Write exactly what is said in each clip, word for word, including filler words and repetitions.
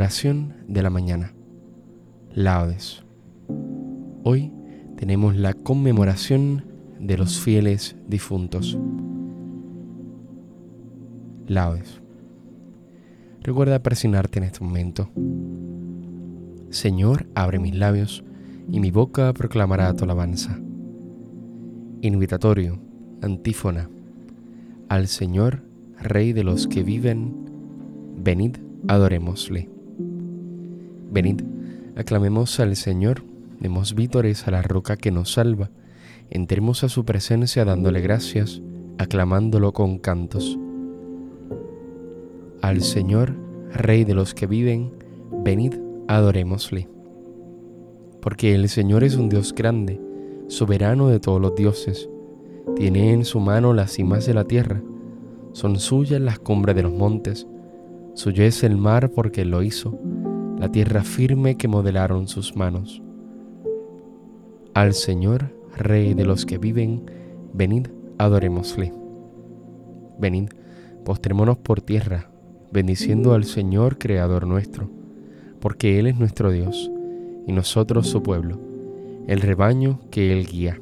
Oración de la mañana. Laudes. Hoy tenemos la conmemoración de los fieles difuntos. Laudes. Recuerda persignarte en este momento. Señor, abre mis labios, y mi boca proclamará tu alabanza. Invitatorio, antífona. Al Señor, Rey de los que viven, venid, adorémosle. Venid, aclamemos al Señor, demos vítores a la roca que nos salva, entremos a su presencia dándole gracias, aclamándolo con cantos. Al Señor, Rey de los que viven, venid, adorémosle. Porque el Señor es un Dios grande, soberano de todos los dioses. Tiene en su mano las cimas de la tierra, son suyas las cumbres de los montes. Suyo es el mar porque Él lo hizo, la tierra firme que modelaron sus manos. Al Señor, Rey de los que viven, venid, adorémosle. Venid, postrémonos por tierra, bendiciendo al Señor, Creador nuestro, porque Él es nuestro Dios, y nosotros su pueblo, el rebaño que Él guía.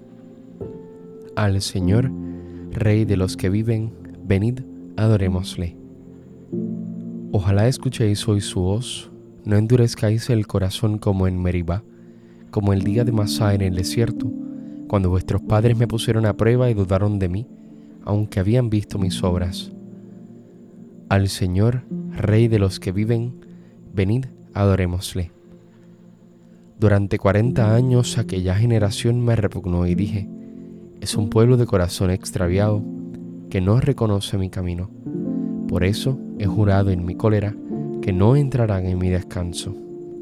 Al Señor, Rey de los que viven, venid, adorémosle. Ojalá escuchéis hoy su voz, no endurezcáis el corazón como en Meribá, como el día de Masá en el desierto, cuando vuestros padres me pusieron a prueba y dudaron de mí, aunque habían visto mis obras. Al Señor, Rey de los que viven, venid, adorémosle. Durante cuarenta años aquella generación me repugnó y dije, es un pueblo de corazón extraviado, que no reconoce mi camino. Por eso he jurado en mi cólera que no entrarán en mi descanso.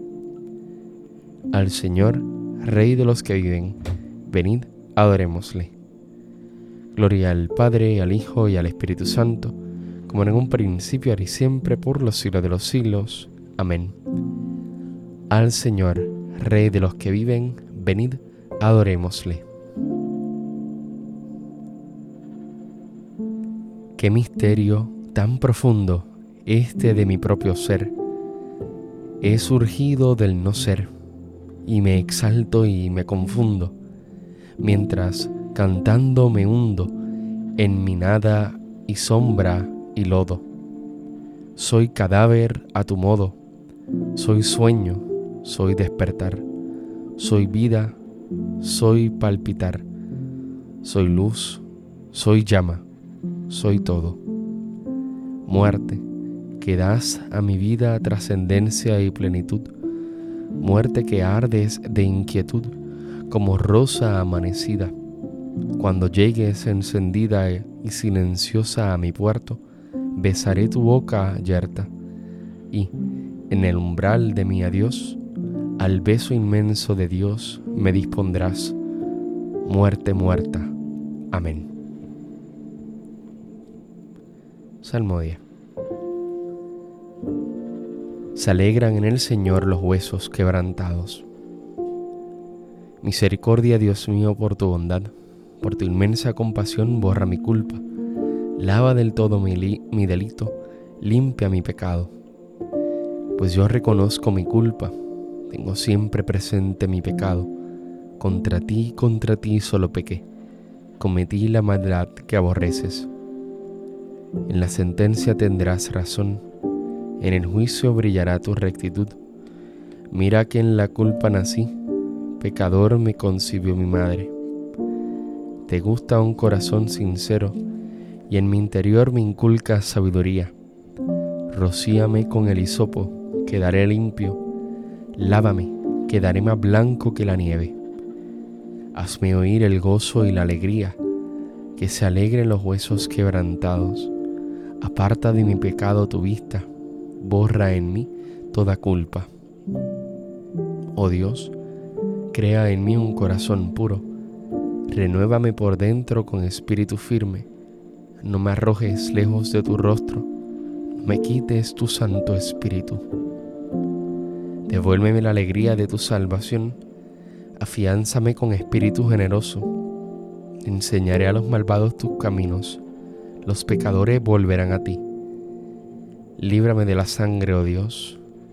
Al Señor, Rey de los que viven, venid, adorémosle. Gloria al Padre, al Hijo y al Espíritu Santo, como en un principio, ahora y siempre, por los siglos de los siglos. Amén. Al Señor, Rey de los que viven, venid, adorémosle. Qué misterio tan profundo este de mi propio ser. He surgido del no ser, y me exalto y me confundo, mientras cantando me hundo en mi nada y sombra y lodo. Soy cadáver a tu modo, soy sueño, soy despertar, soy vida, soy palpitar, soy luz, soy llama, soy todo. Muerte, que das a mi vida trascendencia y plenitud, muerte que ardes de inquietud como rosa amanecida. Cuando llegues encendida y silenciosa a mi puerto, besaré tu boca yerta y, en el umbral de mi adiós, al beso inmenso de Dios me dispondrás, muerte muerta. Amén. Salmodia. Se alegran en el Señor los huesos quebrantados. Misericordia, Dios mío, por tu bondad, por tu inmensa compasión, borra mi culpa, lava del todo mi, li- mi delito, limpia mi pecado. Pues yo reconozco mi culpa, tengo siempre presente mi pecado. Contra ti, contra ti solo pequé, cometí la maldad que aborreces. En la sentencia tendrás razón, en el juicio brillará tu rectitud. Mira que en la culpa nací, pecador me concibió mi madre. Te gusta un corazón sincero, y en mi interior me inculcas sabiduría. Rocíame con el hisopo, quedaré limpio. Lávame, quedaré más blanco que la nieve. Hazme oír el gozo y la alegría, que se alegren los huesos quebrantados. Aparta de mi pecado tu vista, borra en mí toda culpa. Oh Dios, crea en mí un corazón puro, renuévame por dentro con espíritu firme. No me arrojes lejos de tu rostro, no me quites tu santo espíritu. Devuélveme la alegría de tu salvación, afiánzame con espíritu generoso. Enseñaré a los malvados tus caminos, los pecadores volverán a ti. Líbrame de la sangre, oh Dios,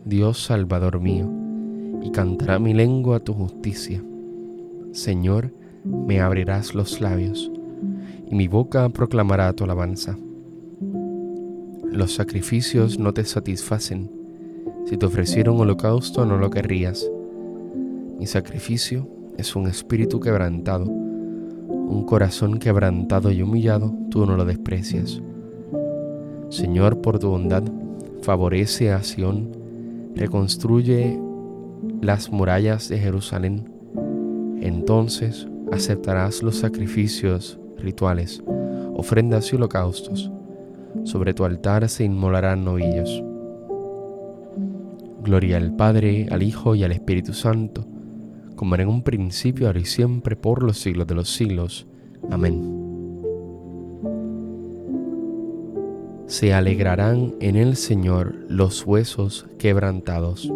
Dios Salvador mío, y cantará mi lengua tu justicia. Señor, me abrirás los labios, y mi boca proclamará tu alabanza. Los sacrificios no te satisfacen. Si te ofreciera un holocausto, no lo querrías. Mi sacrificio es un espíritu quebrantado, un corazón quebrantado y humillado, tú no lo desprecias. Señor, por tu bondad, favorece a Sión, reconstruye las murallas de Jerusalén. Entonces aceptarás los sacrificios rituales, ofrendas y holocaustos. Sobre tu altar se inmolarán novillos. Gloria al Padre, al Hijo y al Espíritu Santo, como era en un principio, ahora y siempre, por los siglos de los siglos. Amén. Se alegrarán en el Señor los huesos quebrantados.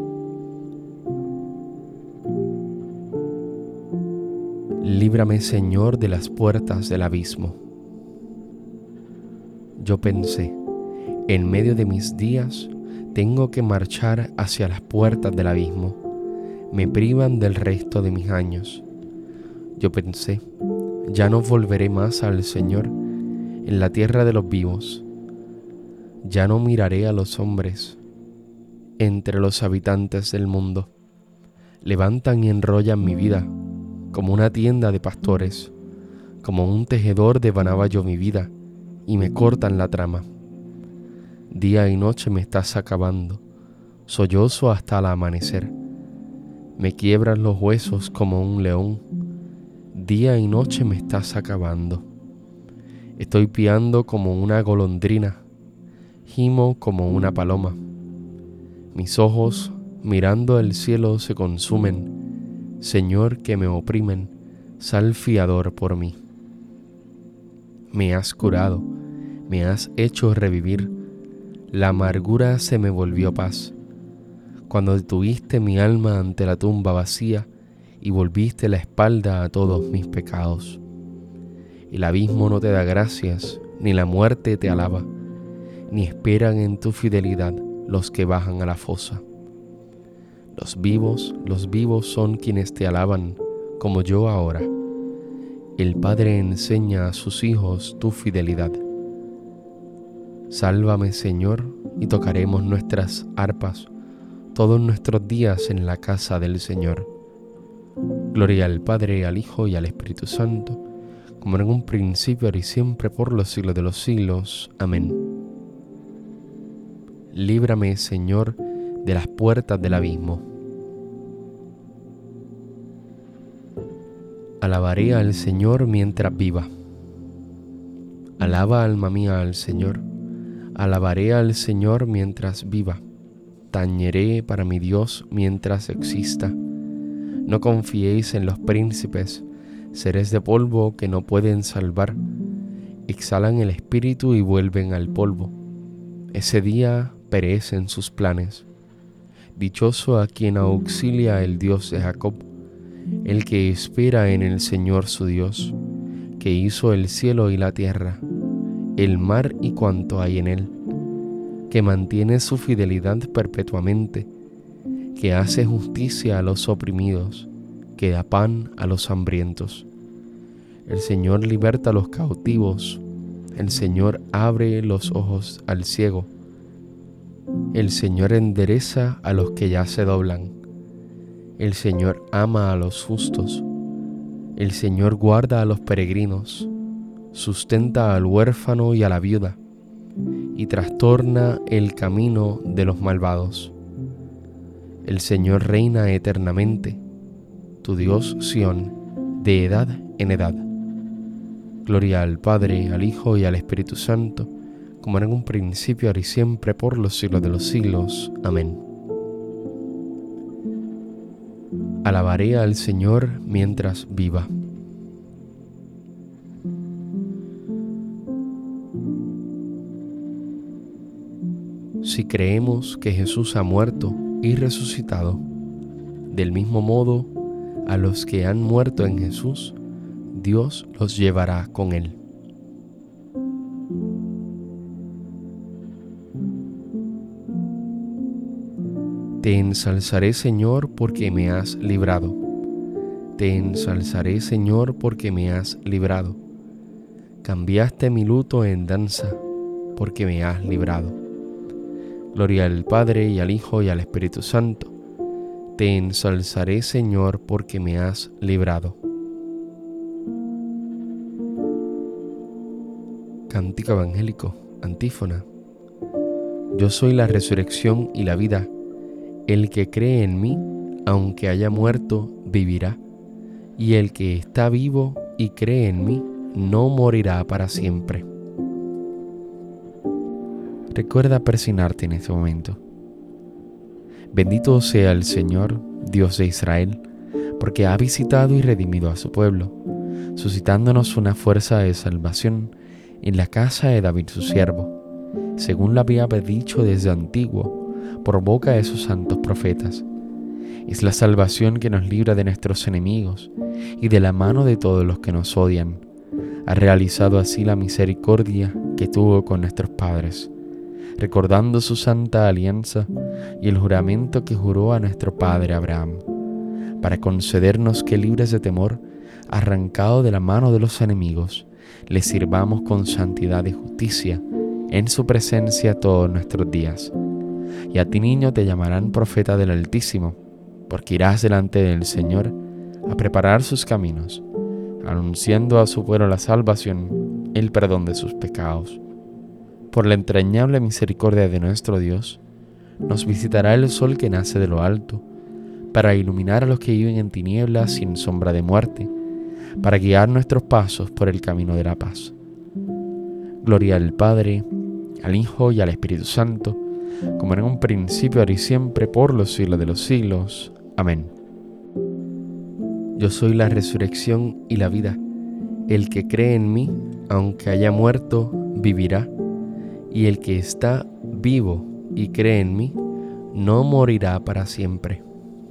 Líbrame, Señor, de las puertas del abismo. Yo pensé, en medio de mis días, tengo que marchar hacia las puertas del abismo. Me privan del resto de mis años. Yo pensé, ya no volveré más al Señor en la tierra de los vivos. Ya no miraré a los hombres entre los habitantes del mundo. Levantan y enrollan mi vida como una tienda de pastores, como un tejedor devanaba yo mi vida y me cortan la trama. Día y noche me estás acabando, sollozo hasta el amanecer. Me quiebran los huesos como un león, día y noche me estás acabando. Estoy piando como una golondrina, gimo como una paloma. Mis ojos, mirando el cielo, se consumen. Señor, que me oprimen, sal fiador por mí. Me has curado, me has hecho revivir. La amargura se me volvió paz. Cuando detuviste mi alma ante la tumba vacía y volviste la espalda a todos mis pecados. El abismo no te da gracias, ni la muerte te alaba, ni esperan en tu fidelidad los que bajan a la fosa. Los vivos, los vivos son quienes te alaban, como yo ahora. El Padre enseña a sus hijos tu fidelidad. Sálvame, Señor, y tocaremos nuestras arpas todos nuestros días en la casa del Señor. Gloria al Padre, al Hijo y al Espíritu Santo, como en un principio, ahora y siempre, por los siglos de los siglos. Amén. Líbrame, Señor, de las puertas del abismo. Alabaré al Señor mientras viva. Alaba, alma mía, al Señor. Alabaré al Señor mientras viva. Tañeré para mi Dios mientras exista. No confiéis en los príncipes, seres de polvo que no pueden salvar. Exhalan el espíritu y vuelven al polvo. Ese día perecen sus planes. Dichoso a quien auxilia el Dios de Jacob, el que espera en el Señor su Dios, que hizo el cielo y la tierra, el mar y cuanto hay en él, que mantiene su fidelidad perpetuamente, que hace justicia a los oprimidos, que da pan a los hambrientos. El Señor liberta a los cautivos, el Señor abre los ojos al ciego, el Señor endereza a los que ya se doblan, el Señor ama a los justos, el Señor guarda a los peregrinos, sustenta al huérfano y a la viuda, y trastorna el camino de los malvados. El Señor reina eternamente, tu Dios Sión, de edad en edad. Gloria al Padre, al Hijo y al Espíritu Santo, como era en un principio, ahora y siempre, por los siglos de los siglos. Amén. Alabaré al Señor mientras viva. Si creemos que Jesús ha muerto y resucitado, del mismo modo, a los que han muerto en Jesús, Dios los llevará con él. Te ensalzaré, Señor, porque me has librado. Te ensalzaré, Señor, porque me has librado. Cambiaste mi luto en danza, porque me has librado. Gloria al Padre, y al Hijo, y al Espíritu Santo. Te ensalzaré, Señor, porque me has librado. Cántico evangélico, antífona. Yo soy la resurrección y la vida. El que cree en mí, aunque haya muerto, vivirá. Y el que está vivo y cree en mí, no morirá para siempre. Recuerda persignarte en este momento. Bendito sea el Señor, Dios de Israel, porque ha visitado y redimido a su pueblo, suscitándonos una fuerza de salvación en la casa de David su siervo, según lo había dicho desde antiguo, por boca de sus santos profetas. Es la salvación que nos libra de nuestros enemigos y de la mano de todos los que nos odian. Ha realizado así la misericordia que tuvo con nuestros padres, recordando su santa alianza y el juramento que juró a nuestro padre Abraham, para concedernos que, libres de temor, arrancado de la mano de los enemigos, le sirvamos con santidad y justicia en su presencia todos nuestros días. Y a ti, niño, te llamarán profeta del Altísimo, porque irás delante del Señor a preparar sus caminos, anunciando a su pueblo la salvación, el perdón de sus pecados. Por la entrañable misericordia de nuestro Dios, nos visitará el sol que nace de lo alto, para iluminar a los que viven en tinieblas sin sombra de muerte, para guiar nuestros pasos por el camino de la paz. Gloria al Padre, al Hijo y al Espíritu Santo, como en un principio, ahora y siempre, por los siglos de los siglos. Amén. Yo soy la resurrección y la vida. El que cree en mí, aunque haya muerto, vivirá. Y el que está vivo y cree en mí, no morirá para siempre.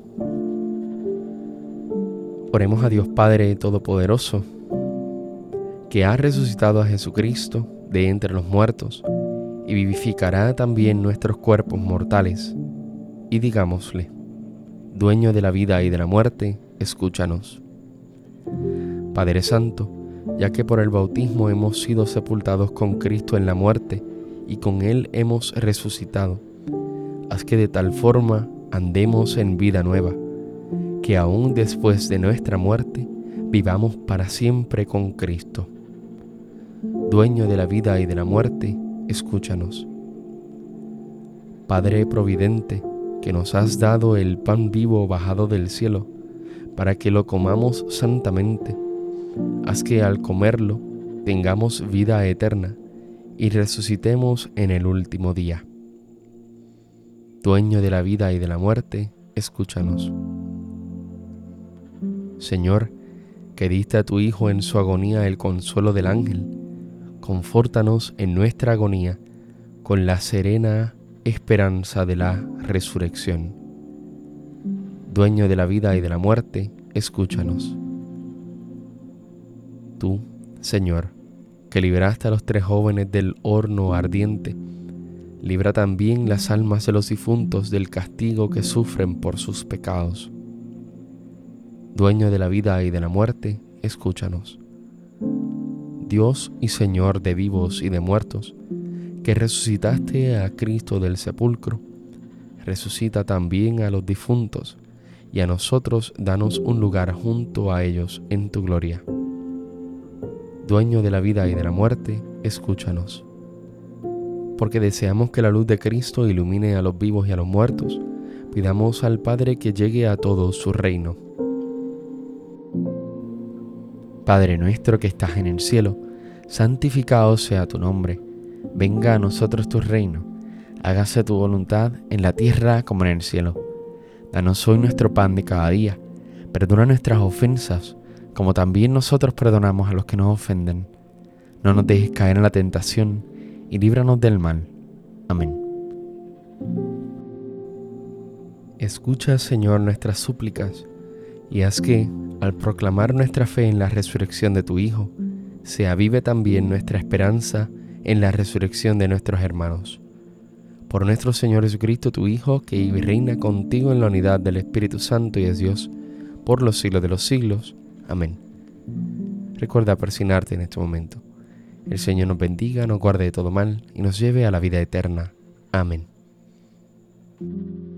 Oremos a Dios Padre Todopoderoso, que ha resucitado a Jesucristo de entre los muertos y vivificará también nuestros cuerpos mortales. Y digámosle: Dueño de la vida y de la muerte, escúchanos. Padre Santo, ya que por el bautismo hemos sido sepultados con Cristo en la muerte y con Él hemos resucitado, haz que de tal forma andemos en vida nueva, que aún después de nuestra muerte vivamos para siempre con Cristo. Dueño de la vida y de la muerte, escúchanos. Padre providente, que nos has dado el pan vivo bajado del cielo, para que lo comamos santamente, haz que al comerlo tengamos vida eterna y resucitemos en el último día. Dueño de la vida y de la muerte, escúchanos. Señor, que diste a tu Hijo en su agonía el consuelo del ángel, confórtanos en nuestra agonía con la serena esperanza de la resurrección. Dueño de la vida y de la muerte, escúchanos. Tú, Señor, que libraste a los tres jóvenes del horno ardiente, libra también las almas de los difuntos del castigo que sufren por sus pecados. Dueño de la vida y de la muerte, escúchanos. Dios y Señor de vivos y de muertos, que resucitaste a Cristo del sepulcro, resucita también a los difuntos, y a nosotros danos un lugar junto a ellos en tu gloria. Dueño de la vida y de la muerte, escúchanos. Porque deseamos que la luz de Cristo ilumine a los vivos y a los muertos, pidamos al Padre que llegue a todos su reino. Padre nuestro que estás en el cielo, santificado sea tu nombre. Venga a nosotros tu reino. Hágase tu voluntad en la tierra como en el cielo. Danos hoy nuestro pan de cada día. Perdona nuestras ofensas, como también nosotros perdonamos a los que nos ofenden. No nos dejes caer en la tentación y líbranos del mal. Amén. Escucha, Señor, nuestras súplicas, y haz que, al proclamar nuestra fe en la resurrección de tu Hijo, se avive también nuestra esperanza en la resurrección de nuestros hermanos. Por nuestro Señor Jesucristo, tu Hijo, que vive y reina contigo en la unidad del Espíritu Santo y es Dios, por los siglos de los siglos. Amén. Recuerda persignarte en este momento. El Señor nos bendiga, nos guarde de todo mal y nos lleve a la vida eterna. Amén.